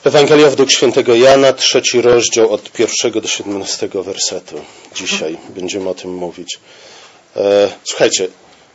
Ewangelia według świętego Jana, 3 rozdział od 1 do 17 wersetu. Dzisiaj będziemy o tym mówić. Słuchajcie,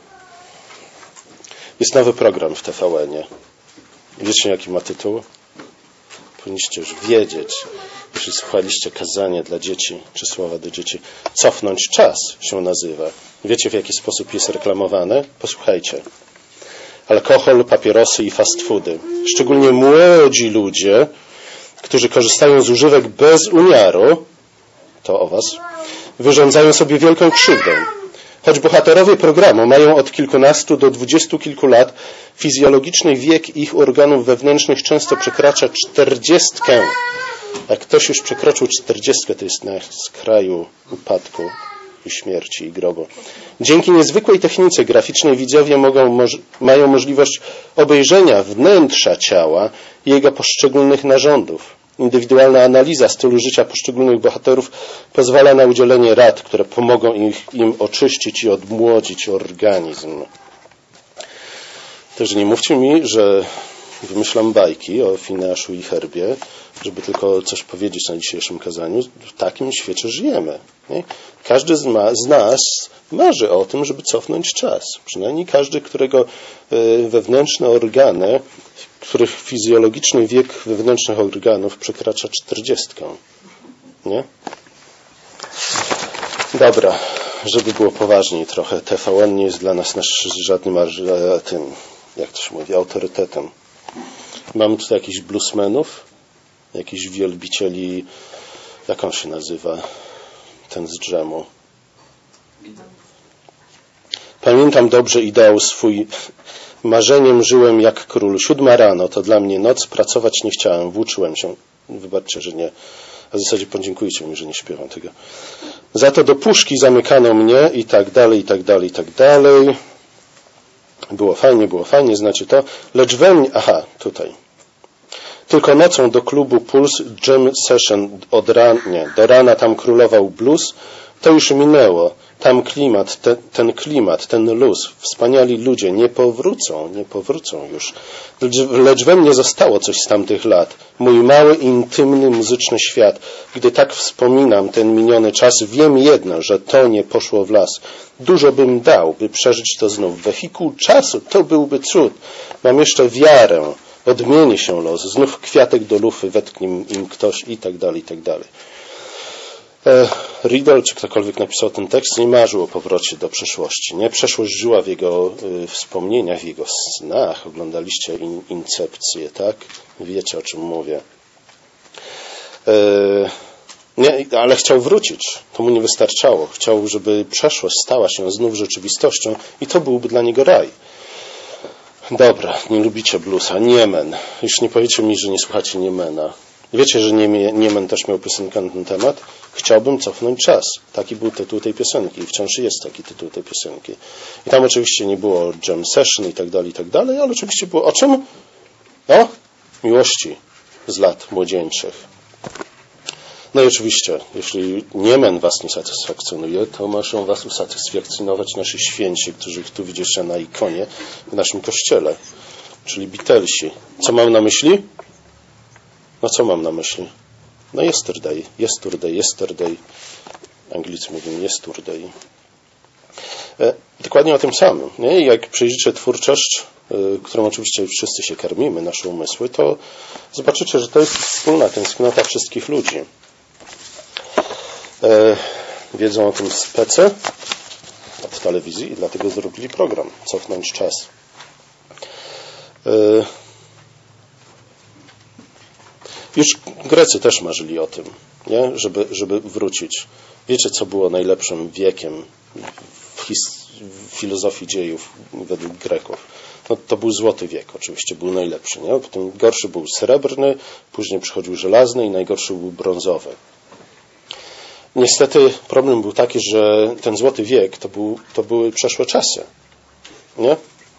jest nowy program w TVN-ie. Wiecie, jaki ma tytuł? Powinniście już wiedzieć, jeśli słuchaliście kazania dla dzieci, czy słowa do dzieci. Cofnąć czas się nazywa. Wiecie, w jaki sposób jest reklamowane? Posłuchajcie. Alkohol, papierosy i fast foody. Szczególnie młodzi ludzie, którzy korzystają z używek bez umiaru, to o was, wyrządzają sobie wielką krzywdę. Choć bohaterowie programu mają od kilkunastu do 20 kilku lat, fizjologiczny wiek ich organów wewnętrznych często przekracza 40. Jak ktoś już przekroczył 40, to jest na skraju upadku i śmierci i grobu. Dzięki niezwykłej technice graficznej widzowie mają możliwość obejrzenia wnętrza ciała i jego poszczególnych narządów. Indywidualna analiza stylu życia poszczególnych bohaterów pozwala na udzielenie rad, które pomogą im oczyścić i odmłodzić organizm. Też nie mówcie mi, że wymyślam bajki o Fineaszu i Herbie, żeby tylko coś powiedzieć na dzisiejszym kazaniu. W takim świecie żyjemy. Nie? Każdy z nas marzy o tym, żeby cofnąć czas. Przynajmniej każdy, którego wewnętrzne organy, których fizjologiczny wiek wewnętrznych organów przekracza 40. Nie? Dobra, żeby było poważniej trochę. TVN nie jest dla nas żadnym tym, jak to się mówi, autorytetem. Mamy tutaj jakichś bluesmenów, jakichś wielbicieli, jak on się nazywa, ten z dżemu. Pamiętam dobrze ideał swój. Marzeniem żyłem jak król. 7 rano, to dla mnie noc, pracować nie chciałem, włóczyłem się. Wybaczcie, że nie. A w zasadzie podziękujcie mi, że nie śpiewam tego. Za to do puszki zamykano mnie i tak dalej, i tak dalej, i tak dalej. Było fajnie, znacie to. Lecz we mnie, tutaj. Tylko nocą do klubu Puls Jam Session do rana tam królował blues. To już minęło. Tam klimat, ten luz. Wspaniali ludzie nie powrócą już. Lecz we mnie zostało coś z tamtych lat. Mój mały, intymny, muzyczny świat. Gdy tak wspominam ten miniony czas, wiem jedno, że to nie poszło w las. Dużo bym dał, by przeżyć to znów. Wehikuł czasu, to byłby cud. Mam jeszcze wiarę. Odmieni się los. Znów kwiatek do lufy, wetknie im ktoś i tak dalej, i tak dalej. Riddle, czy ktokolwiek napisał ten tekst, nie marzył o powrocie do przeszłości. Nie? Przeszłość żyła w jego wspomnieniach, w jego snach. Oglądaliście Incepcję, tak? Wiecie, o czym mówię. Nie, ale chciał wrócić. To mu nie wystarczało. Chciał, żeby przeszłość stała się znów rzeczywistością i to byłby dla niego raj. Dobra, nie lubicie bluesa. Niemen. Już nie powiecie mi, że nie słuchacie Niemena. Wiecie, że Niemen też miał piosenkę na ten temat? Chciałbym cofnąć czas. Taki był tytuł tej piosenki i wciąż jest taki tytuł tej piosenki. I tam oczywiście nie było jam session i tak dalej, ale oczywiście było o czym? O miłości z lat młodzieńczych. No i oczywiście, jeśli Niemen was nie satysfakcjonuje, to muszą was usatysfakcjonować nasi święci, których tu widzicie na ikonie w naszym kościele, czyli Beatlesi. Co mam na myśli? No co mam na myśli? No yesterday. Anglicy mówią yesterday. Dokładnie o tym samym. Nie? Jak przejrzycie twórczość, którą oczywiście wszyscy się karmimy, nasze umysły, to zobaczycie, że to jest wspólna tęsknota wszystkich ludzi. Wiedzą o tym spece od telewizji i dlatego zrobili program Cofnąć czas. Już Grecy też marzyli o tym, nie? Żeby wrócić. Wiecie, co było najlepszym wiekiem w filozofii dziejów według Greków? No, to był złoty wiek, oczywiście był najlepszy. Nie? Potem gorszy był srebrny, później przychodził żelazny i najgorszy był brązowy. Niestety problem był taki, że ten złoty wiek to były przeszłe czasy. Nie?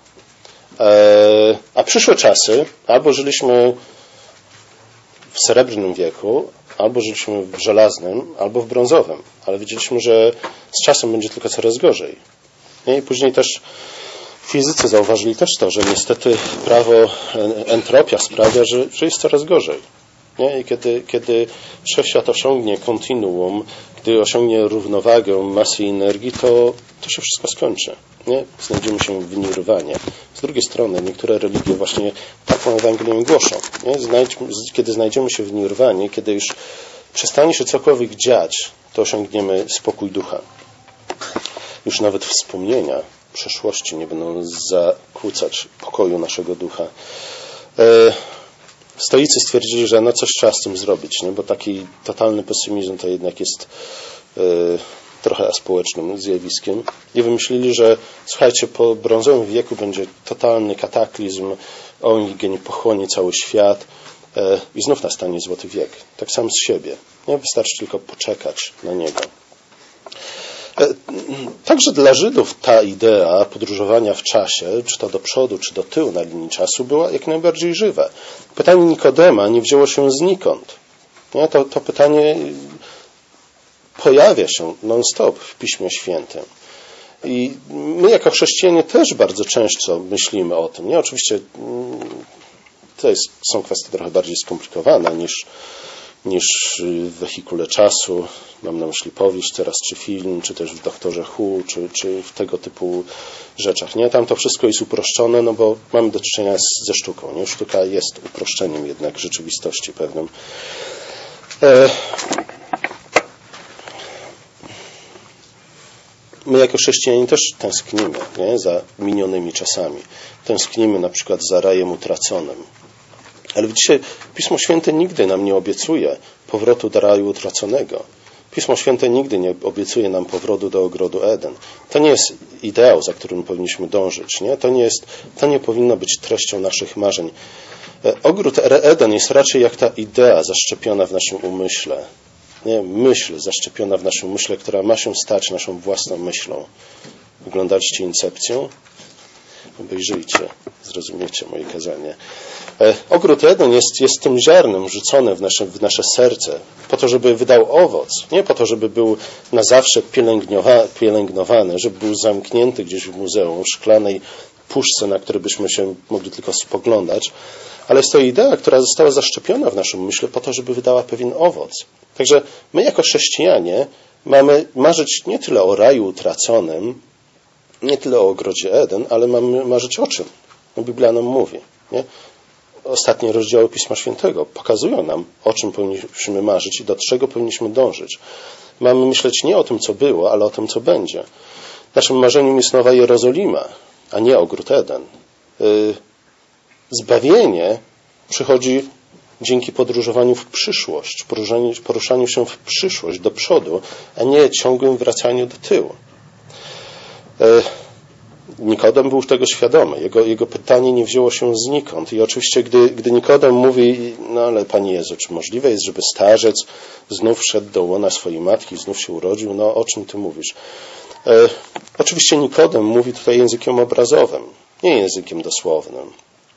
A przyszłe czasy albo żyliśmy w srebrnym wieku, albo żyliśmy w żelaznym, albo w brązowym. Ale widzieliśmy, że z czasem będzie tylko coraz gorzej. I później też fizycy zauważyli też to, że niestety prawo entropia sprawia, że jest coraz gorzej. Nie? I kiedy wszechświat osiągnie kontinuum, gdy osiągnie równowagę masy i energii, to się wszystko skończy. Nie? Znajdziemy się w nirwanie. Z drugiej strony niektóre religie właśnie taką Ewangelię głoszą. Nie? Kiedy znajdziemy się w nirwanie, kiedy już przestanie się cokolwiek dziać, to osiągniemy spokój ducha. Już nawet wspomnienia przeszłości nie będą zakłócać pokoju naszego ducha. Stoicy stwierdzili, że coś trzeba z tym zrobić, nie? Bo taki totalny pesymizm to jednak jest trochę aspołecznym zjawiskiem. I wymyślili, że słuchajcie, po brązowym wieku będzie totalny kataklizm, ogień pochłonie cały świat i znów nastanie złoty wiek. Tak sam z siebie. Nie? Wystarczy tylko poczekać na niego. Także dla Żydów ta idea podróżowania w czasie, czy to do przodu, czy do tyłu na linii czasu, była jak najbardziej żywa. Pytanie Nikodema nie wzięło się znikąd. Nie? To pytanie pojawia się non-stop w Piśmie Świętym. I my jako chrześcijanie też bardzo często myślimy o tym. Nie? Oczywiście są kwestie trochę bardziej skomplikowane niż w wehikule czasu. Mam na myśli powieść teraz, czy film, czy też w Doktorze Who, czy w tego typu rzeczach. Nie? Tam to wszystko jest uproszczone, no bo mamy do czynienia ze sztuką. Nie? Sztuka jest uproszczeniem jednak rzeczywistości pewnym. My jako chrześcijanie też tęsknimy, nie? Za minionymi czasami. Tęsknimy na przykład za rajem utraconym. Ale widzicie, Pismo Święte nigdy nam nie obiecuje powrotu do raju utraconego. Pismo Święte nigdy nie obiecuje nam powrotu do ogrodu Eden. To nie jest ideał, za którym powinniśmy dążyć. Nie? To nie powinno być treścią naszych marzeń. Ogród Eden jest raczej jak ta idea zaszczepiona w naszym umyśle. Nie? Myśl zaszczepiona w naszym umyśle, która ma się stać naszą własną myślą. Oglądaliście Incepcję? Obejrzyjcie, zrozumiecie moje kazanie. Ogród Eden jest tym ziarnem rzucone w nasze serce, po to, żeby wydał owoc. Nie po to, żeby był na zawsze pielęgnowany, żeby był zamknięty gdzieś w muzeum, w szklanej puszce, na której byśmy się mogli tylko spoglądać. Ale jest to idea, która została zaszczepiona w naszym myśle po to, żeby wydała pewien owoc. Także my jako chrześcijanie mamy marzyć nie tyle o raju utraconym, nie tyle o ogrodzie Eden, ale mamy marzyć o czym? No, Biblia nam mówi. Nie? Ostatnie rozdziały Pisma Świętego pokazują nam, o czym powinniśmy marzyć i do czego powinniśmy dążyć. Mamy myśleć nie o tym, co było, ale o tym, co będzie. Naszym marzeniem jest Nowa Jerozolima, a nie ogród Eden. Zbawienie przychodzi dzięki podróżowaniu w przyszłość, poruszaniu się w przyszłość, do przodu, a nie ciągłym wracaniu do tyłu. Nikodem był tego świadomy. Jego pytanie nie wzięło się znikąd. I oczywiście, gdy Nikodem mówi, no ale Panie Jezu, czy możliwe jest, żeby starzec znów wszedł do łona swojej matki, znów się urodził? No o czym Ty mówisz? Oczywiście Nikodem mówi tutaj językiem obrazowym, nie językiem dosłownym.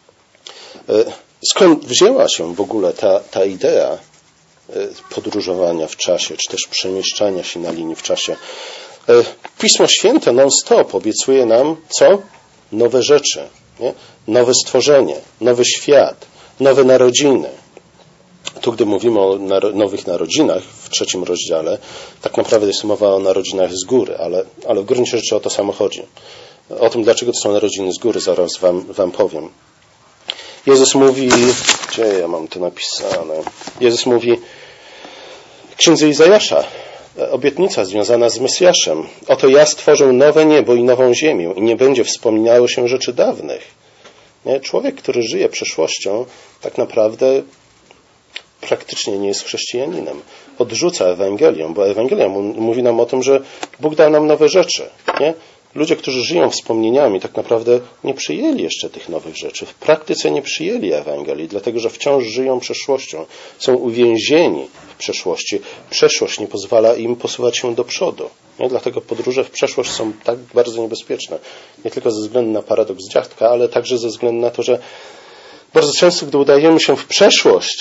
Skąd wzięła się w ogóle ta idea podróżowania w czasie, czy też przemieszczania się na linii w czasie? Pismo Święte non-stop obiecuje nam co? Nowe rzeczy, nie? Nowe stworzenie, nowy świat, nowe narodziny. Tu, gdy mówimy o nowych narodzinach w 3 rozdziale, tak naprawdę jest mowa o narodzinach z góry, ale w gruncie rzeczy o to samo chodzi. O tym, dlaczego to są narodziny z góry, zaraz wam powiem. Jezus mówi, gdzie ja mam to napisane? Jezus mówi w księdze Izajasza, obietnica związana z Mesjaszem. Oto ja stworzę nowe niebo i nową ziemię i nie będzie wspominało się rzeczy dawnych. Nie? Człowiek, który żyje przeszłością, tak naprawdę praktycznie nie jest chrześcijaninem. Odrzuca Ewangelię, bo Ewangelia mówi nam o tym, że Bóg dał nam nowe rzeczy. Nie? Ludzie, którzy żyją wspomnieniami, tak naprawdę nie przyjęli jeszcze tych nowych rzeczy. W praktyce nie przyjęli Ewangelii, dlatego że wciąż żyją przeszłością. Są uwięzieni w przeszłości. Przeszłość nie pozwala im posuwać się do przodu. Nie? Dlatego podróże w przeszłość są tak bardzo niebezpieczne. Nie tylko ze względu na paradoks dziadka, ale także ze względu na to, że bardzo często, gdy udajemy się w przeszłość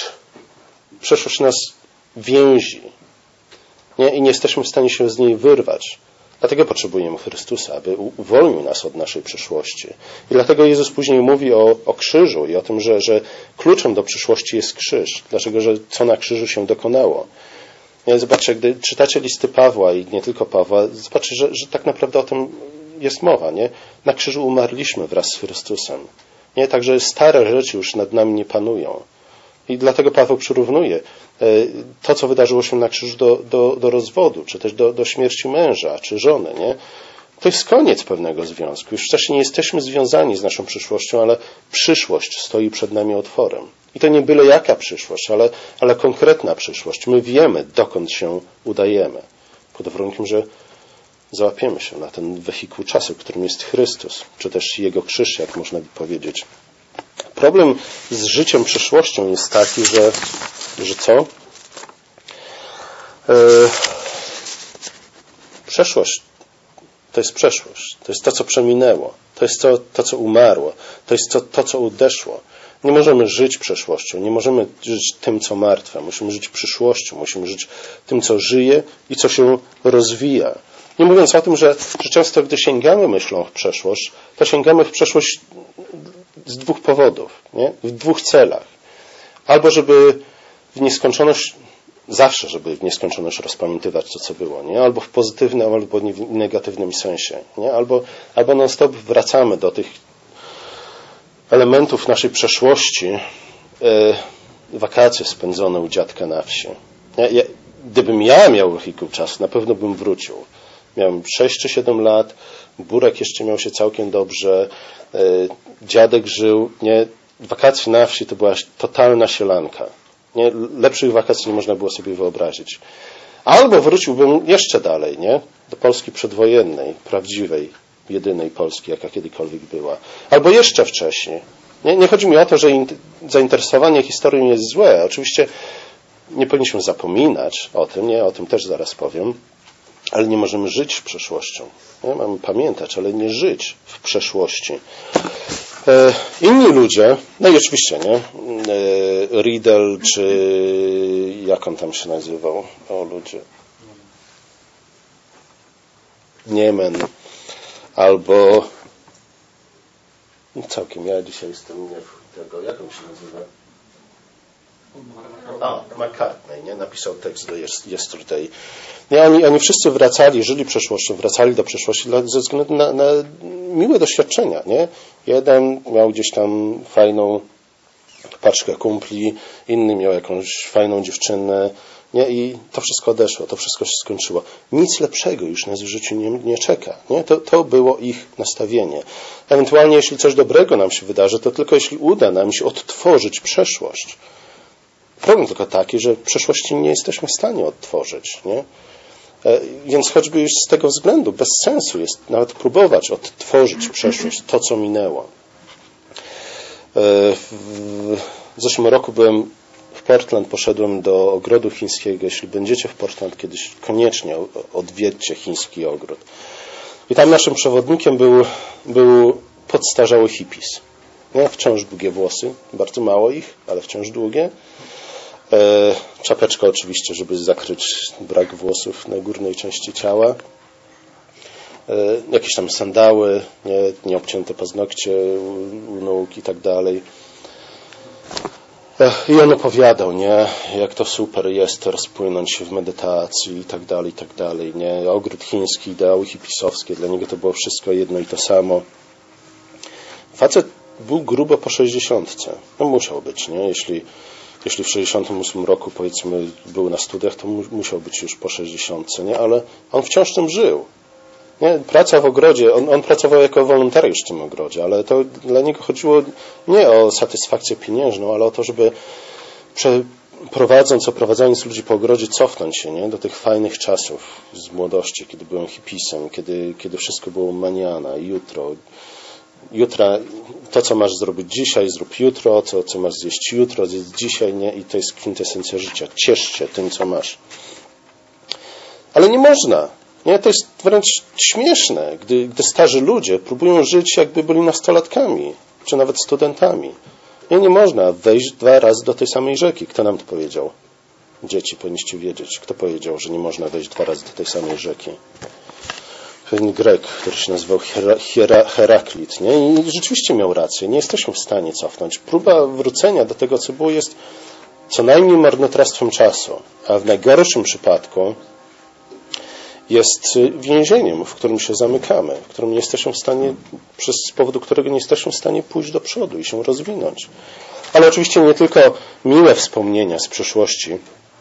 nas więzi. Nie? I nie jesteśmy w stanie się z niej wyrwać. Dlatego potrzebujemy Chrystusa, aby uwolnił nas od naszej przeszłości. I dlatego Jezus później mówi o krzyżu i o tym, że kluczem do przyszłości jest krzyż. Dlaczego? Że co na krzyżu się dokonało. Zobaczcie, gdy czytacie listy Pawła i nie tylko Pawła, zobaczcie, że tak naprawdę o tym jest mowa. Nie? Na krzyżu umarliśmy wraz z Chrystusem. Nie? Także stare rzeczy już nad nami nie panują. I dlatego Paweł przyrównuje to, co wydarzyło się na krzyżu do rozwodu, czy też do śmierci męża, czy żony. Nie? To jest koniec pewnego związku. Już wcześniej nie jesteśmy związani z naszą przyszłością, ale przyszłość stoi przed nami otworem. I to nie byle jaka przyszłość, ale konkretna przyszłość. My wiemy, dokąd się udajemy. Pod warunkiem, że załapiemy się na ten wehikuł czasu, którym jest Chrystus, czy też Jego krzyż, jak można by powiedzieć. Problem z życiem przyszłością jest taki, że co? Przeszłość to jest przeszłość. To jest to, co przeminęło. To jest to, co umarło. To jest to, co odeszło. Nie możemy żyć przeszłością. Nie możemy żyć tym, co martwe. Musimy żyć przyszłością. Musimy żyć tym, co żyje i co się rozwija. Nie mówiąc o tym, że często, gdy sięgamy myślą w przeszłość, to sięgamy w przeszłość z dwóch powodów, nie? W dwóch celach. Albo żeby w nieskończoność, zawsze żeby w nieskończoność rozpamiętywać to, co było, nie? Albo w pozytywnym, albo w negatywnym sensie, nie? Albo non-stop wracamy do tych elementów naszej przeszłości, wakacje spędzone u dziadka na wsi. Gdybym ja miał wehikuł czasu, na pewno bym wrócił. Miałem 6 czy 7 lat, Burek jeszcze miał się całkiem dobrze, dziadek żył, nie? Wakacje na wsi to była totalna sielanka. Nie? Lepszych wakacji nie można było sobie wyobrazić. Albo wróciłbym jeszcze dalej, nie? Do Polski przedwojennej, prawdziwej, jedynej Polski, jaka kiedykolwiek była. Albo jeszcze wcześniej. Nie chodzi mi o to, że zainteresowanie historią jest złe. Oczywiście nie powinniśmy zapominać o tym, nie? O tym też zaraz powiem. Ale nie możemy żyć przeszłością. Nie? Mamy pamiętać, ale nie żyć w przeszłości. Inni ludzie, no i oczywiście, nie? Riedel, czy jak on tam się nazywał? O ludzie. Niemen. Albo całkiem ja dzisiaj jestem nie tego, jak on się nazywa? McCartney, nie? Napisał tekst do Yesterday. Nie, oni wszyscy wracali, żyli przeszłością, wracali do przeszłości ze względu na miłe doświadczenia, nie? Jeden miał gdzieś tam fajną paczkę kumpli, inny miał jakąś fajną dziewczynę, nie? I to wszystko odeszło, to wszystko się skończyło. Nic lepszego już nas w życiu nie czeka, nie? To było ich nastawienie. Ewentualnie, jeśli coś dobrego nam się wydarzy, to tylko jeśli uda nam się odtworzyć przeszłość. Problem tylko taki, że przeszłości nie jesteśmy w stanie odtworzyć, nie? Więc choćby już z tego względu bez sensu jest nawet próbować odtworzyć przeszłość, to co minęło. W zeszłym roku byłem w Portland, poszedłem do ogrodu chińskiego. Jeśli będziecie w Portland kiedyś, koniecznie odwiedźcie chiński ogród. I tam naszym przewodnikiem był podstarzały hippies. Nie? Wciąż długie włosy, bardzo mało ich, ale wciąż długie. Czapeczka oczywiście, żeby zakryć brak włosów na górnej części ciała. Jakieś tam sandały, nieobcięte paznokcie u nóg i tak dalej. I on opowiadał, nie, jak to super jest rozpłynąć się w medytacji i tak dalej, nie. Ogród chiński, ideały hipisowskie, dla niego to było wszystko jedno i to samo. Facet był grubo po 60. No musiał być, nie, jeśli w 68 roku, powiedzmy, był na studiach, to musiał być już po 60, nie? Ale on wciąż tym żył. Nie? Praca w ogrodzie, on pracował jako wolontariusz w tym ogrodzie, ale to dla niego chodziło nie o satysfakcję pieniężną, ale o to, żeby oprowadzając ludzi po ogrodzie, cofnąć się, nie? Do tych fajnych czasów z młodości, kiedy byłem hipisem, kiedy wszystko było maniana, jutra, to co masz zrobić dzisiaj, zrób jutro, co masz zjeść jutro, zjedz dzisiaj, nie? I to jest kwintesencja życia. Ciesz się tym, co masz. Ale nie można. Nie? To jest wręcz śmieszne, gdy starzy ludzie próbują żyć, jakby byli nastolatkami, czy nawet studentami. Nie można wejść 2 razy do tej samej rzeki. Kto nam to powiedział? Dzieci, powinniście wiedzieć. Kto powiedział, że nie można wejść 2 razy do tej samej rzeki? pewien Grek, który się nazywał Heraklit, nie? I rzeczywiście miał rację. Nie jesteśmy w stanie cofnąć. Próba wrócenia do tego, co było, jest co najmniej marnotrawstwem czasu, a w najgorszym przypadku jest więzieniem, w którym się zamykamy, w którym nie jesteśmy w stanie, z powodu którego nie jesteśmy w stanie pójść do przodu i się rozwinąć. Ale oczywiście nie tylko miłe wspomnienia z przeszłości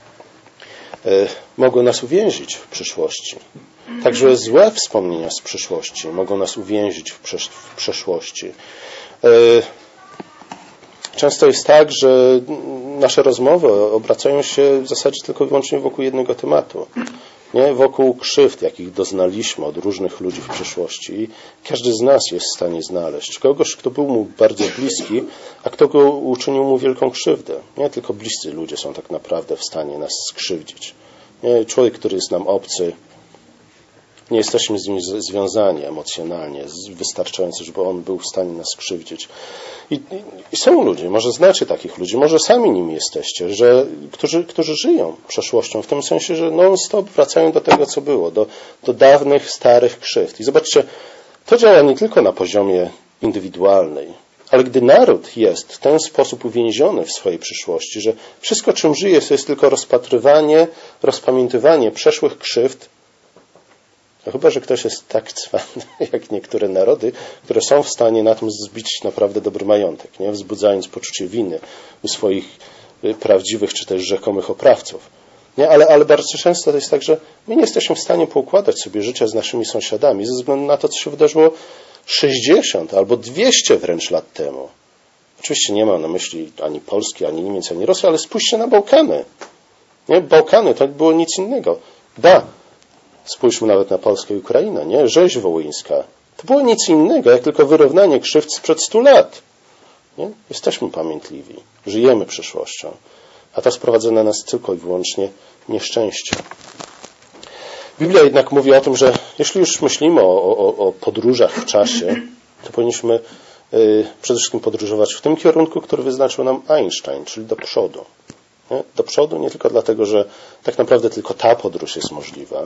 mogą nas uwięzić w przyszłości. Także złe wspomnienia z przeszłości mogą nas uwięzić w przeszłości. Często jest tak, że nasze rozmowy obracają się w zasadzie tylko i wyłącznie wokół jednego tematu. Nie? Wokół krzywd, jakich doznaliśmy od różnych ludzi w przeszłości. I każdy z nas jest w stanie znaleźć kogoś, kto był mu bardzo bliski, a kto go uczynił mu wielką krzywdę. Nie tylko bliscy ludzie są tak naprawdę w stanie nas skrzywdzić. Nie? Człowiek, który jest nam obcy, nie jesteśmy z nim związani emocjonalnie, wystarczająco, żeby on był w stanie nas skrzywdzić. I są ludzie, może znacie takich ludzi, może sami nimi jesteście, którzy żyją przeszłością, w tym sensie, że non-stop wracają do tego, co było, do dawnych, starych krzywd. I zobaczcie, to działa nie tylko na poziomie indywidualnej, ale gdy naród jest w ten sposób uwięziony w swojej przyszłości, że wszystko, czym żyje, to jest tylko rozpatrywanie, rozpamiętywanie przeszłych krzywd, no chyba że ktoś jest tak cwany, jak niektóre narody, które są w stanie na tym zbić naprawdę dobry majątek, nie? Wzbudzając poczucie winy u swoich prawdziwych czy też rzekomych oprawców. Nie? Ale bardzo często to jest tak, że my nie jesteśmy w stanie poukładać sobie życia z naszymi sąsiadami ze względu na to, co się wydarzyło 60 albo 200 wręcz lat temu. Oczywiście nie mam na myśli ani Polski, ani Niemiec, ani Rosji, ale spójrzcie na Bałkany. Nie? Bałkany to było nic innego. Spójrzmy nawet na Polskę i Ukrainę, nie? Rzeź wołyńska. To było nic innego, jak tylko wyrównanie krzywd sprzed 100 lat. Nie? Jesteśmy pamiętliwi. Żyjemy przyszłością. A to sprowadza na nas tylko i wyłącznie nieszczęście. Biblia jednak mówi o tym, że jeśli już myślimy o podróżach w czasie, to powinniśmy przede wszystkim podróżować w tym kierunku, który wyznaczył nam Einstein, czyli do przodu. Nie? Do przodu nie tylko dlatego, że tak naprawdę tylko ta podróż jest możliwa,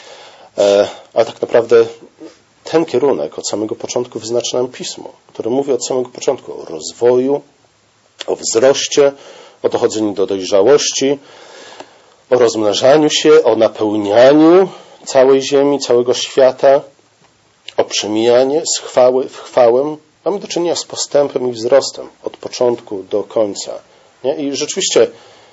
ale tak naprawdę ten kierunek od samego początku wyznacza nam Pismo, które mówi od samego początku o rozwoju, o wzroście, o dochodzeniu do dojrzałości, o rozmnażaniu się, o napełnianiu całej ziemi, całego świata, o przemijanie z chwały w chwałę. Mamy do czynienia z postępem i wzrostem od początku do końca. Nie? I rzeczywiście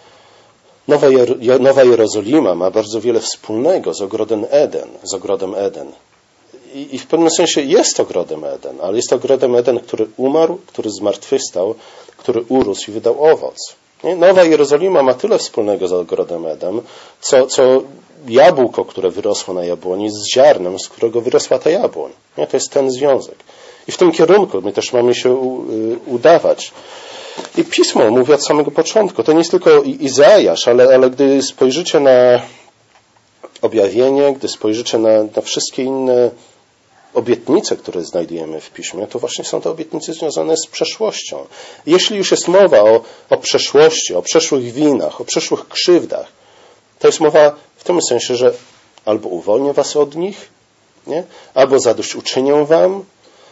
Nowa Jerozolima ma bardzo wiele wspólnego z ogrodem Eden. I w pewnym sensie jest ogrodem Eden, ale jest ogrodem Eden, który umarł, który zmartwychwstał, który urósł i wydał owoc. Nie? Nowa Jerozolima ma tyle wspólnego z ogrodem Eden, co jabłko, które wyrosło na jabłoni, z ziarnem, z którego wyrosła ta jabłoń. Nie? To jest ten związek. I w tym kierunku my też mamy się udawać. I Pismo mówi od samego początku. To nie jest tylko Izajasz, ale gdy spojrzycie na objawienie, gdy spojrzycie na wszystkie inne obietnice, które znajdujemy w Piśmie, to właśnie są to obietnice związane z przeszłością. Jeśli już jest mowa o przeszłości, o przeszłych winach, o przeszłych krzywdach, to jest mowa w tym sensie, że albo uwolnię was od nich, nie? Albo zadośćuczynię wam,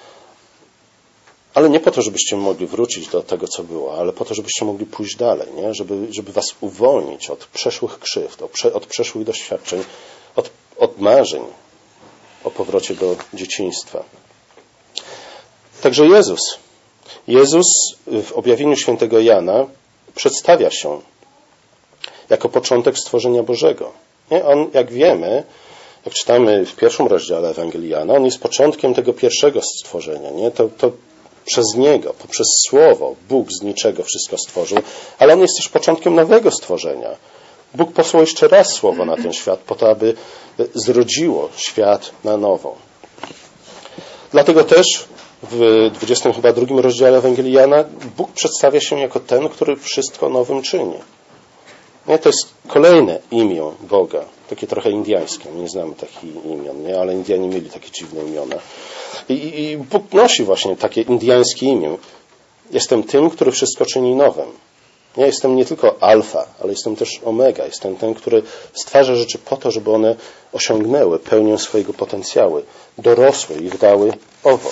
ale nie po to, żebyście mogli wrócić do tego, co było, ale po to, żebyście mogli pójść dalej, nie? Żeby was uwolnić od przeszłych krzywd, od przeszłych doświadczeń, od marzeń o powrocie do dzieciństwa. Także Jezus w objawieniu świętego Jana przedstawia się jako początek stworzenia Bożego. Nie? On, jak wiemy, jak czytamy w pierwszym rozdziale Ewangelii Jana, on jest początkiem tego pierwszego stworzenia. Nie? To przez Niego, poprzez Słowo, Bóg z niczego wszystko stworzył, ale on jest też początkiem nowego stworzenia. Bóg posłał jeszcze raz Słowo na ten świat, po to, aby zrodziło świat na nowo. Dlatego też w 22 rozdziale Ewangelii Jana Bóg przedstawia się jako ten, który wszystko nowym czyni. Nie? To jest kolejne imię Boga, takie trochę indyjskie. My nie znamy takich imion, nie? Ale Indianie mieli takie dziwne imiona. I Bóg nosi właśnie takie indyjskie imię. Jestem tym, który wszystko czyni nowym. Ja jestem nie tylko alfa, ale jestem też omega. Jestem ten, który stwarza rzeczy po to, żeby one osiągnęły pełnię swojego potencjału, dorosły i dały owoc.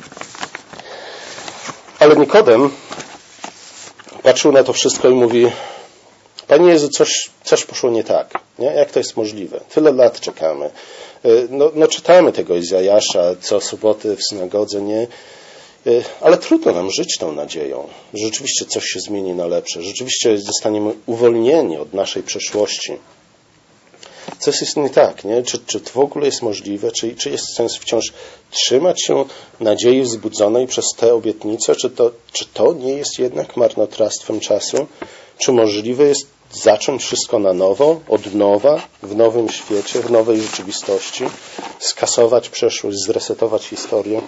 Ale Nikodem patrzył na to wszystko i mówi: Panie Jezu, coś poszło nie tak. Nie? Jak to jest możliwe? Tyle lat czekamy. Czytamy tego Izajasza co soboty w synagodze, nie? Ale trudno nam żyć tą nadzieją, że rzeczywiście coś się zmieni na lepsze. Rzeczywiście zostaniemy uwolnieni od naszej przeszłości. Coś jest nie tak, nie? Czy to w ogóle jest możliwe? Czy jest sens wciąż trzymać się nadziei wzbudzonej przez te obietnice? Czy to nie jest jednak marnotrawstwem czasu? Czy możliwe jest zacząć wszystko na nowo, od nowa, w nowym świecie, w nowej rzeczywistości, skasować przeszłość, zresetować historię?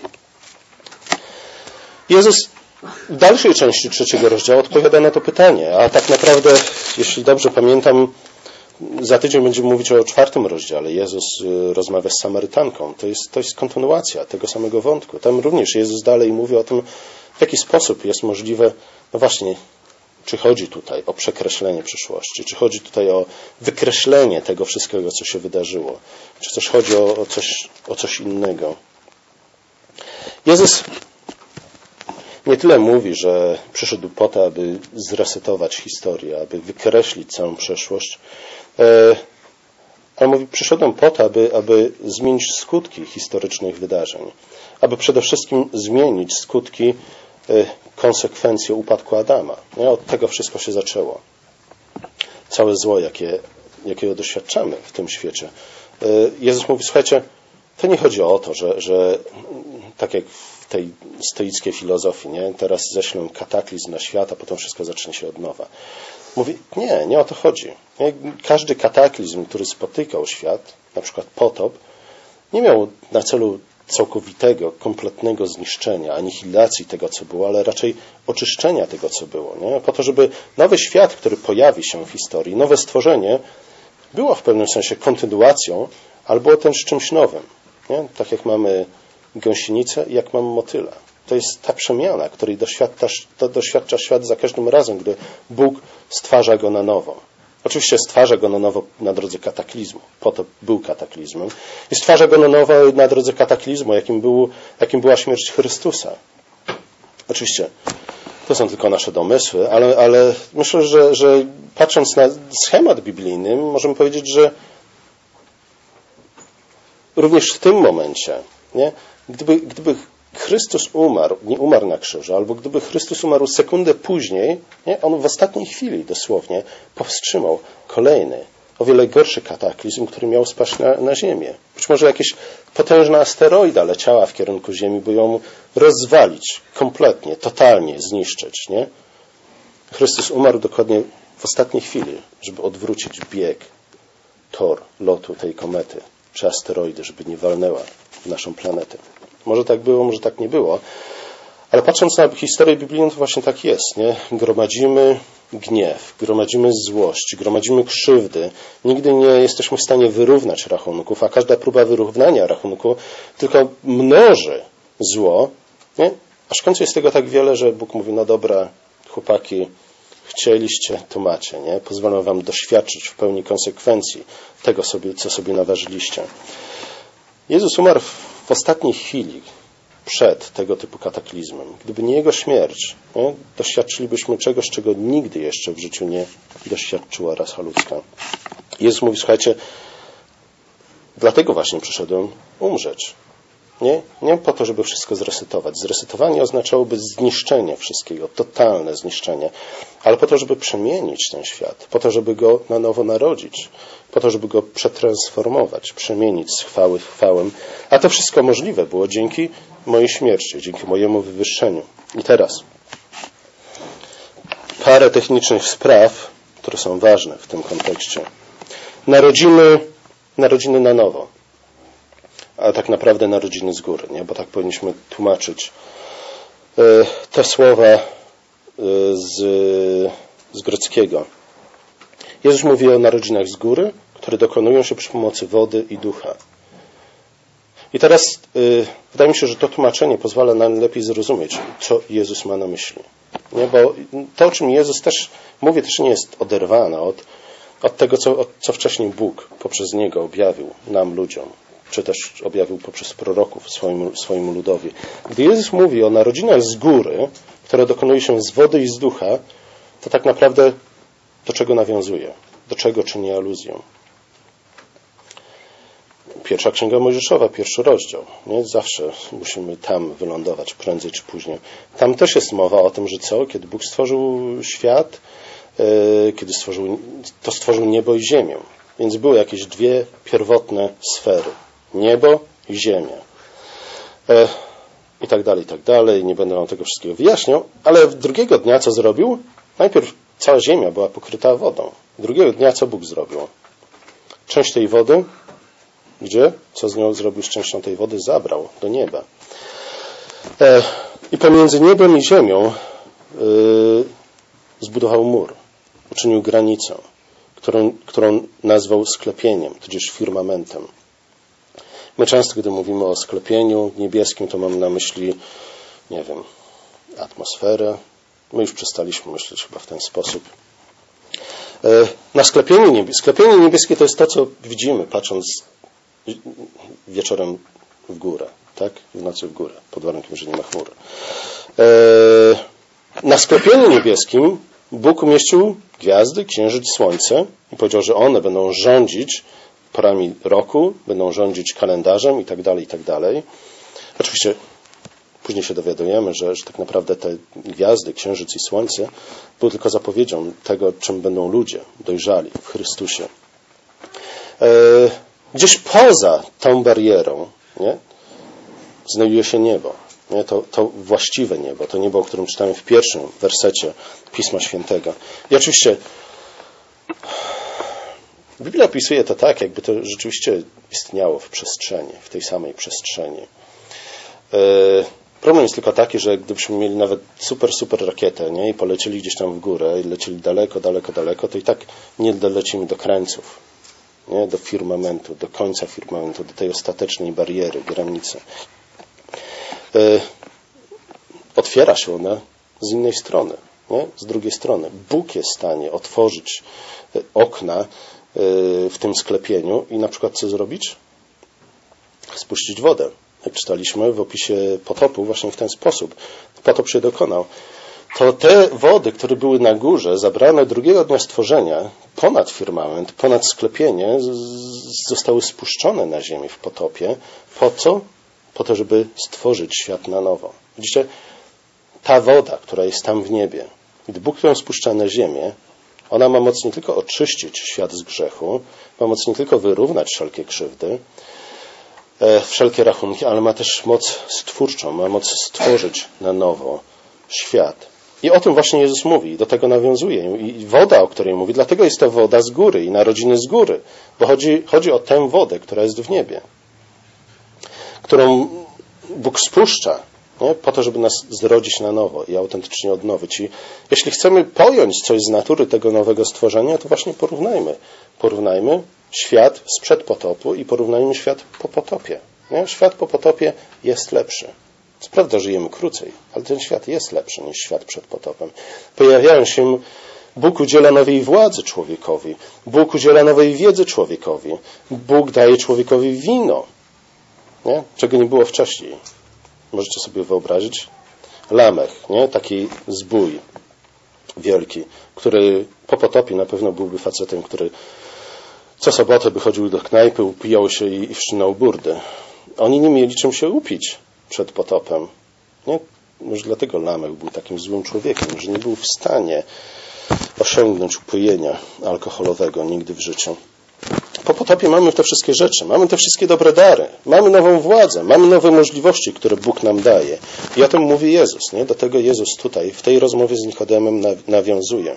Jezus w dalszej części 3 rozdziału odpowiada na to pytanie, a tak naprawdę, jeśli dobrze pamiętam, za tydzień będziemy mówić o 4 rozdziale. Jezus rozmawia z Samarytanką. To jest kontynuacja tego samego wątku. Tam również Jezus dalej mówi o tym, w jaki sposób jest możliwe, no właśnie, czy chodzi tutaj o przekreślenie przyszłości, czy chodzi tutaj o wykreślenie tego wszystkiego, co się wydarzyło, czy też chodzi o coś innego. Jezus nie tyle mówi, że przyszedł po to, aby zresetować historię, aby wykreślić całą przeszłość, ale mówi, przyszedłem po to, aby zmienić skutki historycznych wydarzeń, aby przede wszystkim zmienić skutki, konsekwencje upadku Adama. Od tego wszystko się zaczęło. Całe zło, jakiego doświadczamy w tym świecie. Jezus mówi, słuchajcie, to nie chodzi o to, że tak jak w tej stoickiej filozofii, nie? Teraz ześlę kataklizm na świat, a potem wszystko zacznie się od nowa. Mówi, nie o to chodzi. Każdy kataklizm, który spotykał świat, na przykład potop, nie miał na celu całkowitego, kompletnego zniszczenia, anihilacji tego, co było, ale raczej oczyszczenia tego, co było. Nie? Po to, żeby nowy świat, który pojawi się w historii, nowe stworzenie, było w pewnym sensie kontynuacją, albo też czymś nowym. Nie? Tak jak mamy gąsienicę i jak mamy motyla. To jest ta przemiana, której doświadcza świat za każdym razem, gdy Bóg stwarza go na nowo. Oczywiście stwarza go na nowo na drodze kataklizmu. Potop był kataklizmem. I stwarza go na nowo na drodze kataklizmu, jakim była śmierć Chrystusa. Oczywiście to są tylko nasze domysły, ale myślę, że patrząc na schemat biblijny, możemy powiedzieć, że również w tym momencie, nie? Gdyby Chrystus nie umarł na krzyżu, albo gdyby Chrystus umarł sekundę później, nie? On w ostatniej chwili dosłownie powstrzymał kolejny, o wiele gorszy kataklizm, który miał spaść na Ziemię. Być może jakaś potężna asteroida leciała w kierunku Ziemi, by ją rozwalić kompletnie, totalnie zniszczyć. Nie? Chrystus umarł dokładnie w ostatniej chwili, żeby odwrócić bieg, tor lotu tej komety czy asteroidy, żeby nie walnęła w naszą planetę. Może tak było, może tak nie było. Ale patrząc na historię biblijną, to właśnie tak jest. Nie? Gromadzimy gniew, gromadzimy złość, gromadzimy krzywdy. Nigdy nie jesteśmy w stanie wyrównać rachunków, a każda próba wyrównania rachunku tylko mnoży zło. Nie? Aż w końcu jest tego tak wiele, że Bóg mówi, no dobra, chłopaki, chcieliście, to macie. Nie? Pozwolę wam doświadczyć w pełni konsekwencji tego, co sobie naważyliście. Jezus umarł w ostatniej chwili przed tego typu kataklizmem. Gdyby nie Jego śmierć, nie, doświadczylibyśmy czegoś, czego nigdy jeszcze w życiu nie doświadczyła rasa ludzka. Jezus mówi, słuchajcie, dlatego właśnie przyszedłem umrzeć. Nie po to, żeby wszystko zresetować. Zresetowanie oznaczałoby zniszczenie wszystkiego, totalne zniszczenie, ale po to, żeby przemienić ten świat, po to, żeby go na nowo narodzić, po to, żeby go przetransformować, przemienić z chwały w chwałę. A to wszystko możliwe było dzięki mojej śmierci, dzięki mojemu wywyższeniu. I teraz parę technicznych spraw, które są ważne w tym kontekście. Narodziny na nowo. A tak naprawdę narodziny z góry, nie? Bo tak powinniśmy tłumaczyć te słowa z greckiego. Jezus mówi o narodzinach z góry, które dokonują się przy pomocy wody i ducha. I teraz wydaje mi się, że to tłumaczenie pozwala nam lepiej zrozumieć, co Jezus ma na myśli. Nie? Bo to, o czym Jezus też mówi, też nie jest oderwane od tego, co wcześniej Bóg poprzez Niego objawił nam, ludziom, czy też objawił poprzez proroków swojemu ludowi. Gdy Jezus mówi o narodzinach z góry, które dokonuje się z wody i z ducha, to tak naprawdę do czego nawiązuje? Do czego czyni aluzję? Pierwsza Księga Mojżeszowa, 1 rozdział. Nie? Zawsze musimy tam wylądować, prędzej czy później. Tam też jest mowa o tym, że kiedy Bóg stworzył świat, kiedy stworzył niebo i ziemię. Więc były jakieś dwie pierwotne sfery. Niebo i ziemia. I tak dalej, i tak dalej. Nie będę wam tego wszystkiego wyjaśniał. Ale drugiego dnia co zrobił? Najpierw cała ziemia była pokryta wodą. Drugiego dnia co Bóg zrobił? Część tej wody, gdzie? Co z nią zrobił z częścią tej wody? Zabrał do nieba. I pomiędzy niebem i ziemią zbudował mur. Uczynił granicę, którą nazwał sklepieniem, tudzież firmamentem. My często, gdy mówimy o sklepieniu niebieskim, to mamy na myśli, nie wiem, atmosferę. My już przestaliśmy myśleć chyba w ten sposób. Na sklepienie niebieskie to jest to, co widzimy, patrząc wieczorem w górę, tak? W nocy w górę, pod warunkiem, że nie ma chmur. Na sklepieniu niebieskim Bóg umieścił gwiazdy, księżyc, słońce i powiedział, że one będą rządzić porami roku, będą rządzić kalendarzem i tak dalej, i tak dalej. Oczywiście później się dowiadujemy, że tak naprawdę te gwiazdy, księżyc i słońce były tylko zapowiedzią tego, czym będą ludzie dojrzali w Chrystusie. Gdzieś poza tą barierą, nie, znajduje się niebo. Nie, to właściwe niebo, to niebo, o którym czytamy w pierwszym wersecie Pisma Świętego. I oczywiście Biblia opisuje to tak, jakby to rzeczywiście istniało w przestrzeni, w tej samej przestrzeni. Problem jest tylko taki, że gdybyśmy mieli nawet super rakietę, nie, i polecieli gdzieś tam w górę i lecieli daleko, to i tak nie dolecimy do krańców, nie, do firmamentu, do końca firmamentu, do tej ostatecznej bariery, granicy. Otwiera się ona z innej strony, nie? Z drugiej strony. Bóg jest w stanie otworzyć okna w tym sklepieniu i na przykład co zrobić? Spuścić wodę. Jak czytaliśmy w opisie potopu właśnie w ten sposób. Potop się dokonał. To te wody, które były na górze, zabrane drugiego dnia stworzenia, ponad firmament, ponad sklepienie, zostały spuszczone na ziemię w potopie. Po co? Po to, żeby stworzyć świat na nowo. Widzicie, ta woda, która jest tam w niebie, gdy Bóg ją spuszcza na ziemię, ona ma moc nie tylko oczyścić świat z grzechu, ma moc nie tylko wyrównać wszelkie krzywdy, wszelkie rachunki, ale ma też moc stwórczą, ma moc stworzyć na nowo świat. I o tym właśnie Jezus mówi, do tego nawiązuje. I woda, o której mówi, dlatego jest to woda z góry i narodziny z góry, bo chodzi o tę wodę, która jest w niebie, którą Bóg spuszcza, nie? Po to, żeby nas zrodzić na nowo i autentycznie odnowić. I jeśli chcemy pojąć coś z natury tego nowego stworzenia, to właśnie porównajmy świat sprzed potopu i porównajmy świat po potopie. Nie? Świat po potopie jest lepszy. Co prawda żyjemy krócej, ale ten świat jest lepszy niż świat przed potopem. Pojawiają się, Bóg udziela nowej władzy człowiekowi. Bóg udziela nowej wiedzy człowiekowi. Bóg daje człowiekowi wino, nie? Czego nie było wcześniej. Możecie sobie wyobrazić? Lamech, nie? Taki zbój wielki, który po potopie na pewno byłby facetem, który co sobotę by chodził do knajpy, upijał się i wszczynał burdy. Oni nie mieli czym się upić przed potopem. Nie? Może dlatego Lamech był takim złym człowiekiem, że nie był w stanie osiągnąć upojenia alkoholowego nigdy w życiu. Po potopie mamy te wszystkie rzeczy, mamy te wszystkie dobre dary, mamy nową władzę, mamy nowe możliwości, które Bóg nam daje. I o tym mówi Jezus. Nie? Do tego Jezus tutaj, w tej rozmowie z Nikodemem nawiązuje.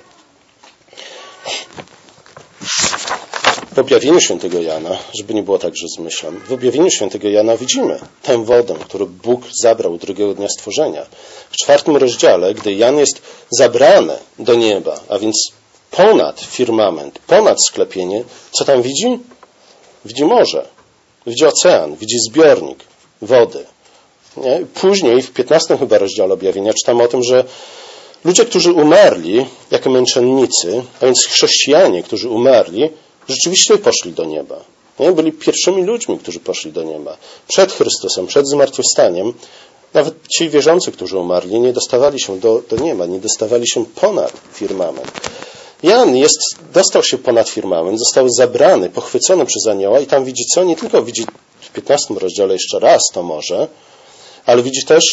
W objawieniu świętego Jana, żeby nie było tak, że zmyślam, w objawieniu świętego Jana widzimy tę wodę, którą Bóg zabrał drugiego dnia stworzenia. W 4 rozdziale, gdy Jan jest zabrany do nieba, a więc ponad firmament, ponad sklepienie, co tam widzi? Widzi morze. widzi ocean, widzi zbiornik wody. Nie? Później w 15 chyba rozdziale objawienia czytamy o tym, że ludzie, którzy umarli jako męczennicy, a więc chrześcijanie, którzy umarli, rzeczywiście poszli do nieba. Nie? Byli pierwszymi ludźmi, którzy poszli do nieba. Przed Chrystusem, przed zmartwychwstaniem, nawet ci wierzący, którzy umarli, nie dostawali się do nieba, nie dostawali się ponad firmament. Jan dostał się ponad firmament, został zabrany, pochwycony przez anioła i tam widzi co? Nie tylko widzi w 15 rozdziale jeszcze raz to może, ale widzi też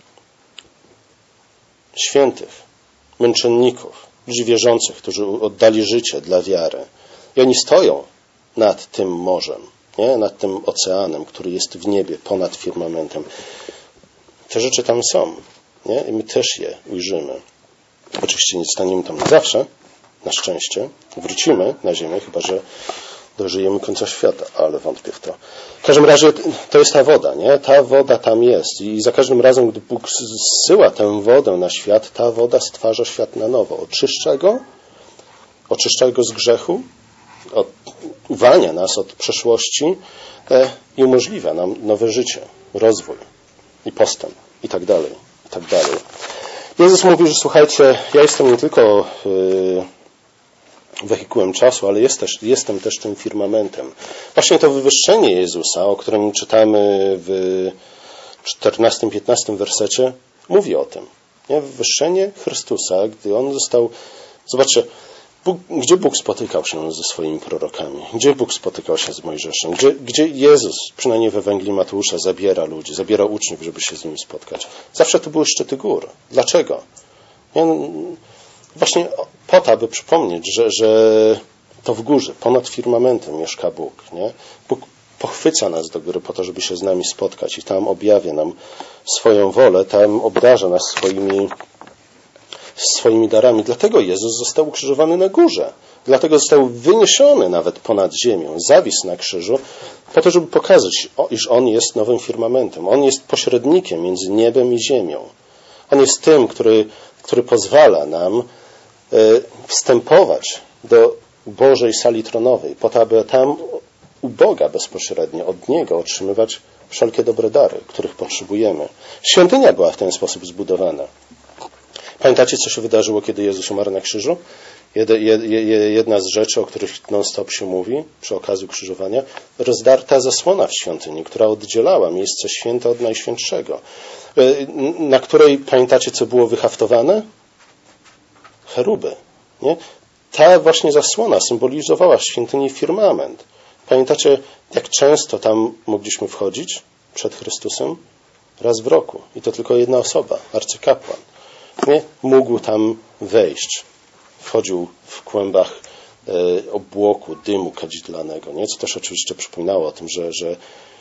świętych, męczenników, ludzi wierzących, którzy oddali życie dla wiary. I oni stoją nad tym morzem, nie? Nad tym oceanem, który jest w niebie, ponad firmamentem. Te rzeczy tam są, nie? I my też je ujrzymy. Oczywiście nie staniemy tam na zawsze, na szczęście. Wrócimy na ziemię, chyba że dożyjemy końca świata, ale wątpię w to. W każdym razie to jest ta woda, nie? Ta woda tam jest i za każdym razem, gdy Bóg zsyła tę wodę na świat, ta woda stwarza świat na nowo. Oczyszcza go z grzechu, uwalnia nas od przeszłości i umożliwia nam nowe życie, rozwój i postęp i tak dalej, i tak dalej. Jezus mówi, że słuchajcie, ja jestem nie tylko wehikułem czasu, ale jestem też tym firmamentem. Właśnie to wywyższenie Jezusa, o którym czytamy w 14-15 wersecie, mówi o tym. Nie? Wywyższenie Chrystusa, gdy On został... Zobaczcie, gdzie Bóg spotykał się ze swoimi prorokami? Gdzie Bóg spotykał się z Mojżeszem? Gdzie Jezus, przynajmniej w Ewangelii Mateusza, zabiera ludzi, zabiera uczniów, żeby się z nimi spotkać? Zawsze to były szczyty gór. Dlaczego? Właśnie po to, aby przypomnieć, że to w górze, ponad firmamentem mieszka Bóg. Nie? Bóg pochwyca nas do góry po to, żeby się z nami spotkać i tam objawia nam swoją wolę, tam obdarza nas swoimi darami. Dlatego Jezus został ukrzyżowany na górze. Dlatego został wyniesiony nawet ponad ziemią. Zawisł na krzyżu po to, żeby pokazać, iż On jest nowym firmamentem. On jest pośrednikiem między niebem i ziemią. On jest tym, który pozwala nam wstępować do Bożej sali tronowej, po to, aby tam u Boga bezpośrednio, od Niego otrzymywać wszelkie dobre dary, których potrzebujemy. Świątynia była w ten sposób zbudowana. Pamiętacie, co się wydarzyło, kiedy Jezus umarł na krzyżu? Jedna z rzeczy, o których non-stop się mówi przy okazji ukrzyżowania, rozdarta zasłona w świątyni, która oddzielała miejsce święte od najświętszego, na której, pamiętacie, co było wyhaftowane? Cheruby. Nie? Ta właśnie zasłona symbolizowała w świątyni firmament. Pamiętacie, jak często tam mogliśmy wchodzić przed Chrystusem? Raz w roku. I to tylko jedna osoba, arcykapłan. Nie? Mógł tam wejść. Wchodził w kłębach obłoku, dymu kadzidlanego. Nie? Co też oczywiście przypominało o tym, że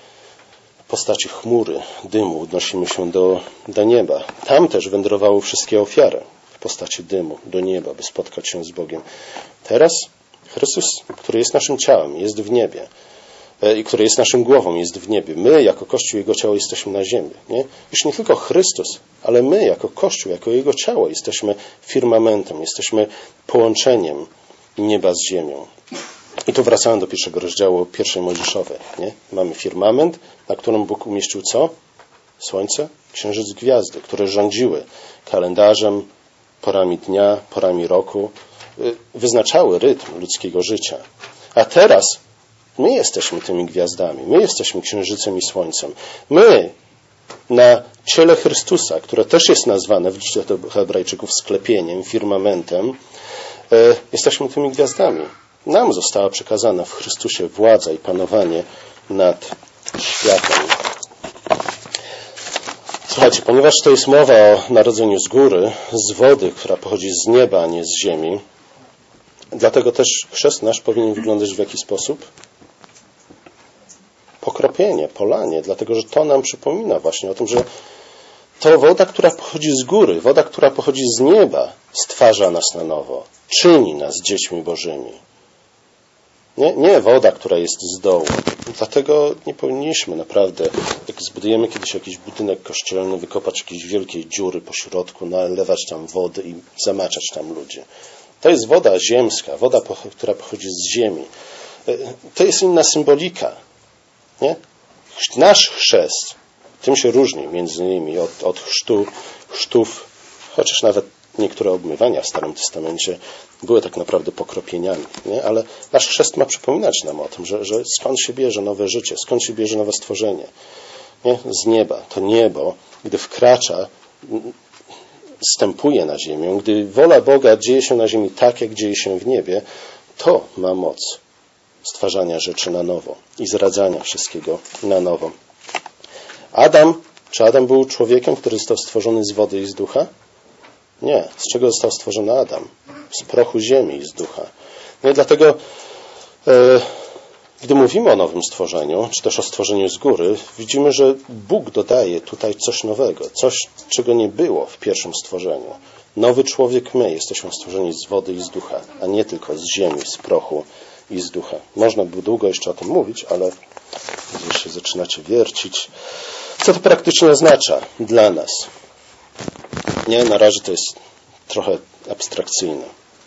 w postaci chmury, dymu odnosimy się do nieba. Tam też wędrowały wszystkie ofiary w postaci dymu do nieba, by spotkać się z Bogiem. Teraz Chrystus, który jest naszym ciałem, jest w niebie i który jest naszą głową, jest w niebie. My, jako Kościół, Jego ciało, jesteśmy na ziemi. Nie? Już nie tylko Chrystus, ale my, jako Kościół, jako Jego ciało, jesteśmy firmamentem, jesteśmy połączeniem nieba z ziemią. I tu wracamy do pierwszego rozdziału pierwszej Mojżeszowej. Nie? Mamy firmament, na którym Bóg umieścił co? Słońce, księżyc, gwiazdy, które rządziły kalendarzem, porami dnia, porami roku, wyznaczały rytm ludzkiego życia. A teraz my jesteśmy tymi gwiazdami, my jesteśmy księżycem i słońcem. My na ciele Chrystusa, które też jest nazwane w liście do Hebrajczyków sklepieniem, firmamentem, jesteśmy tymi gwiazdami. Nam została przekazana w Chrystusie władza i panowanie nad światem. Słuchajcie, ponieważ to jest mowa o narodzeniu z góry, z wody, która pochodzi z nieba, a nie z ziemi, dlatego też chrzest nasz powinien wyglądać w jaki sposób? Pokropienie, polanie, dlatego że to nam przypomina właśnie o tym, że to woda, która pochodzi z góry, woda, która pochodzi z nieba, stwarza nas na nowo, czyni nas dziećmi Bożymi. Nie woda, która jest z dołu. Dlatego nie powinniśmy naprawdę, jak zbudujemy kiedyś jakiś budynek kościelny, wykopać jakiejś wielkiej dziury po środku, nalewać tam wody i zamaczać tam ludzi. To jest woda ziemska, woda, która pochodzi z ziemi. To jest inna symbolika. Nie? Nasz chrzest, tym się różni między innymi od chrztów, chociaż nawet niektóre obmywania w Starym Testamencie były tak naprawdę pokropieniami. Nie? Ale nasz chrzest ma przypominać nam o tym, że skąd się bierze nowe życie, skąd się bierze nowe stworzenie. Nie? Z nieba. To niebo, gdy wkracza, wstępuje na ziemię, gdy wola Boga dzieje się na ziemi tak, jak dzieje się w niebie, to ma moc stwarzania rzeczy na nowo i zradzania wszystkiego na nowo. Czy Adam był człowiekiem, który został stworzony z wody i z ducha? Nie. Z czego został stworzony Adam? Z prochu ziemi i z ducha. No i dlatego, gdy mówimy o nowym stworzeniu, czy też o stworzeniu z góry, widzimy, że Bóg dodaje tutaj coś nowego, coś, czego nie było w pierwszym stworzeniu. Nowy człowiek jesteśmy stworzeni z wody i z ducha, a nie tylko z ziemi, z prochu i z ducha. Można by długo jeszcze o tym mówić, ale gdzieś się zaczynacie wiercić. Co to praktycznie oznacza dla nas? Nie, na razie to jest trochę abstrakcyjne.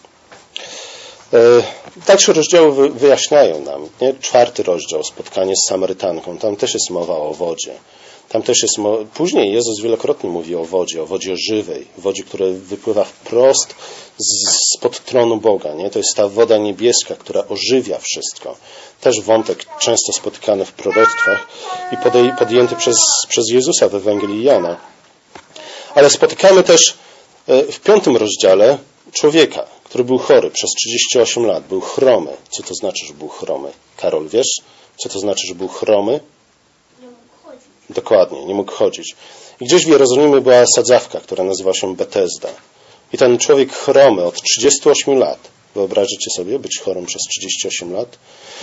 Dalsze rozdziały wyjaśniają nam. Nie? 4 rozdział, spotkanie z Samarytanką. Tam też jest mowa o wodzie. Tam też jest Później Jezus wielokrotnie mówi o wodzie żywej, wodzie, która wypływa wprost spod tronu Boga. Nie? To jest ta woda niebieska, która ożywia wszystko. Też wątek często spotykany w proroctwach i podjęty przez Jezusa w Ewangelii Jana. Ale spotykamy też w 5 rozdziale człowieka, który był chory przez 38 lat. Był chromy. Co to znaczy, że był chromy? Karol, wiesz, co to znaczy, że był chromy? Nie mógł chodzić. Dokładnie, nie mógł chodzić. I gdzieś w Jerozolimie była sadzawka, która nazywa się Betesda. I ten człowiek chromy od 38 lat, wyobraźcie sobie, być chorym przez 38 lat,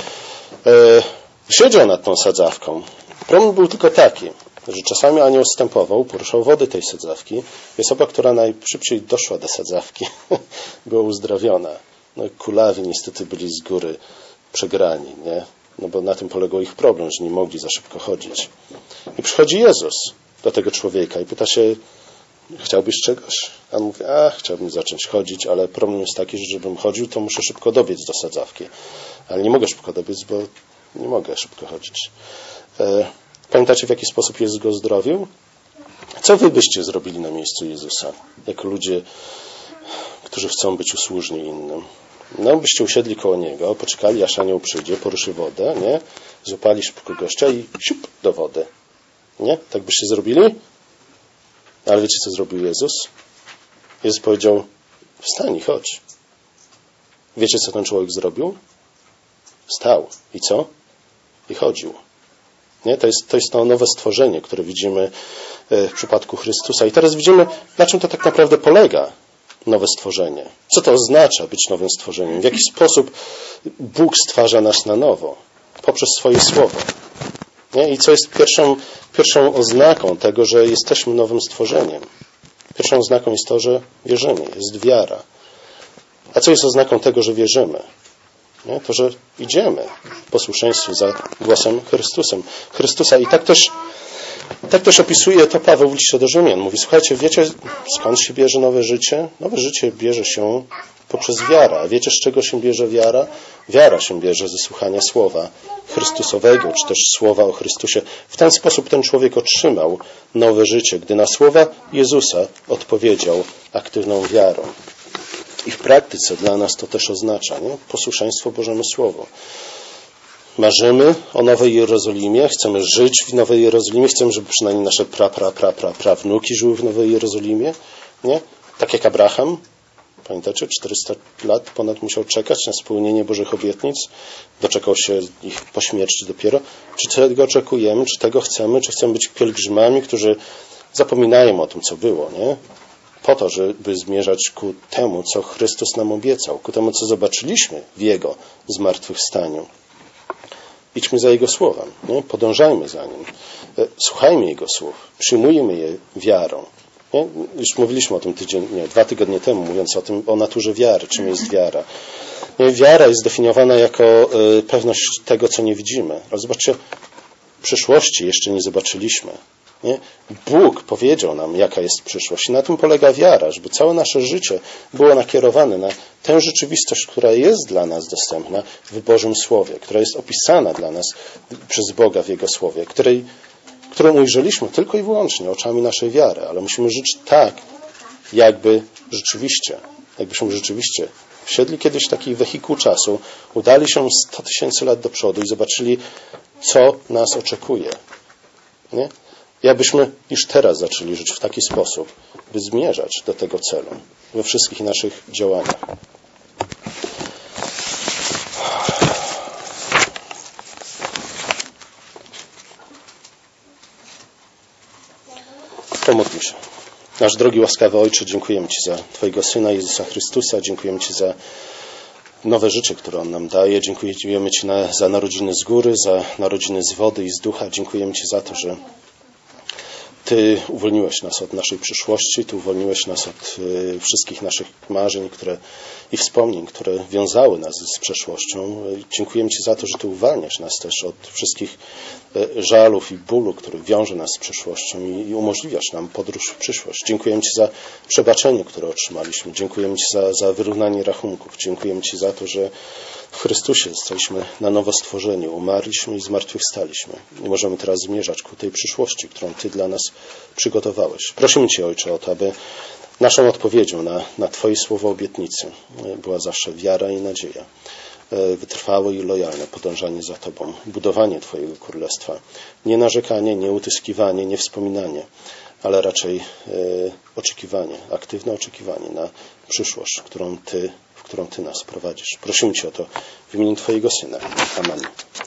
siedział nad tą sadzawką. Problem był tylko taki, że czasami anioł wstępował, poruszał wody tej sadzawki i osoba, która najszybciej doszła do sadzawki, była uzdrowiona. No i kulawi niestety byli z góry przegrani, nie? No bo na tym polegał ich problem, że nie mogli za szybko chodzić. I przychodzi Jezus do tego człowieka i pyta się, chciałbyś czegoś? A on mówi, chciałbym zacząć chodzić, ale problem jest taki, że żebym chodził, to muszę szybko dobiec do sadzawki. Ale nie mogę szybko dobiec, bo nie mogę szybko chodzić. Pamiętacie, w jaki sposób Jezus go uzdrowił? Co wy byście zrobili na miejscu Jezusa? Jako ludzie, którzy chcą być usłużni innym. No, byście usiedli koło Niego, poczekali, aż anioł przyjdzie, poruszy wodę, nie? Złapali szybko gościa i siup do wody. Nie? Tak byście zrobili? Ale wiecie, co zrobił Jezus? Jezus powiedział, wstań i chodź. Wiecie, co ten człowiek zrobił? Wstał. I co? I chodził. Nie? To jest to nowe stworzenie, które widzimy w przypadku Chrystusa. I teraz widzimy, na czym to tak naprawdę polega, nowe stworzenie. Co to oznacza być nowym stworzeniem? W jaki sposób Bóg stwarza nas na nowo? Poprzez swoje słowo. Nie? I co jest pierwszą oznaką tego, że jesteśmy nowym stworzeniem? Pierwszą oznaką jest to, że wierzymy. Jest wiara. A co jest oznaką tego, że wierzymy? Nie? To, że idziemy w posłuszeństwie za głosem Chrystusa. I tak też opisuje to Paweł w liście do Rzymian. Mówi, słuchajcie, wiecie, skąd się bierze nowe życie? Nowe życie bierze się poprzez wiarę. A wiecie, z czego się bierze wiara? Wiara się bierze ze słuchania słowa Chrystusowego, czy też słowa o Chrystusie. W ten sposób ten człowiek otrzymał nowe życie, gdy na słowa Jezusa odpowiedział aktywną wiarą. I w praktyce dla nas to też oznacza posłuszeństwo Bożemu Słowu. Marzymy o Nowej Jerozolimie, chcemy żyć w Nowej Jerozolimie, chcemy, żeby przynajmniej nasze prawnuki żyły w Nowej Jerozolimie. Nie? Tak jak Abraham, pamiętacie, 400 lat ponad musiał czekać na spełnienie Bożych obietnic, doczekał się ich po śmierci dopiero. Czy tego oczekujemy, czy tego chcemy, czy chcemy być pielgrzymami, którzy zapominają o tym, co było, nie? Po to, żeby zmierzać ku temu, co Chrystus nam obiecał, ku temu, co zobaczyliśmy w Jego zmartwychwstaniu. Idźmy za Jego słowem, nie? Podążajmy za Nim, słuchajmy Jego słów, przyjmujmy je wiarą. Nie? Już mówiliśmy o tym 2 tygodnie temu, mówiąc o naturze wiary, czym jest wiara. Nie? Wiara jest zdefiniowana jako pewność tego, co nie widzimy. Ale zobaczcie, przyszłości jeszcze nie zobaczyliśmy. Nie? Bóg powiedział nam, jaka jest przyszłość. I na tym polega wiara, żeby całe nasze życie było nakierowane na tę rzeczywistość, która jest dla nas dostępna w Bożym Słowie, która jest opisana dla nas przez Boga w Jego Słowie, którą ujrzeliśmy tylko i wyłącznie oczami naszej wiary, ale musimy żyć tak, jakbyśmy rzeczywiście wsiedli kiedyś w taki wehikuł czasu, udali się 100 000 lat do przodu i zobaczyli, co nas oczekuje. Nie? Jakbyśmy już teraz zaczęli żyć w taki sposób, by zmierzać do tego celu we wszystkich naszych działaniach. Pomódlmy się. Nasz drogi, łaskawy Ojcze, dziękujemy Ci za Twojego Syna Jezusa Chrystusa, dziękujemy Ci za nowe życie, które On nam daje, dziękujemy Ci za narodziny z góry, za narodziny z wody i z ducha, dziękujemy Ci za to, że Ty uwolniłeś nas od naszej przyszłości, Ty uwolniłeś nas od wszystkich naszych marzeń i wspomnień, które wiązały nas z przeszłością. Dziękujemy Ci za to, że Ty uwalniasz nas też od wszystkich żalów i bólu, który wiąże nas z przeszłością i umożliwiasz nam podróż w przyszłość. Dziękujemy Ci za przebaczenie, które otrzymaliśmy. Dziękujemy Ci za wyrównanie rachunków. Dziękujemy Ci za to, że w Chrystusie zostaliśmy na nowo stworzeni, umarliśmy i zmartwychwstaliśmy. I możemy teraz zmierzać ku tej przyszłości, którą Ty dla nas przygotowałeś. Prosimy Cię, Ojcze, o to, aby naszą odpowiedzią na Twoje słowo obietnicy była zawsze wiara i nadzieja. Wytrwałe i lojalne podążanie za Tobą, budowanie Twojego Królestwa. Nie narzekanie, nie utyskiwanie, nie wspominanie, ale raczej oczekiwanie, aktywne oczekiwanie na przyszłość, w którą Ty nas prowadzisz. Prosimy Cię o to w imieniu Twojego Syna. Amen.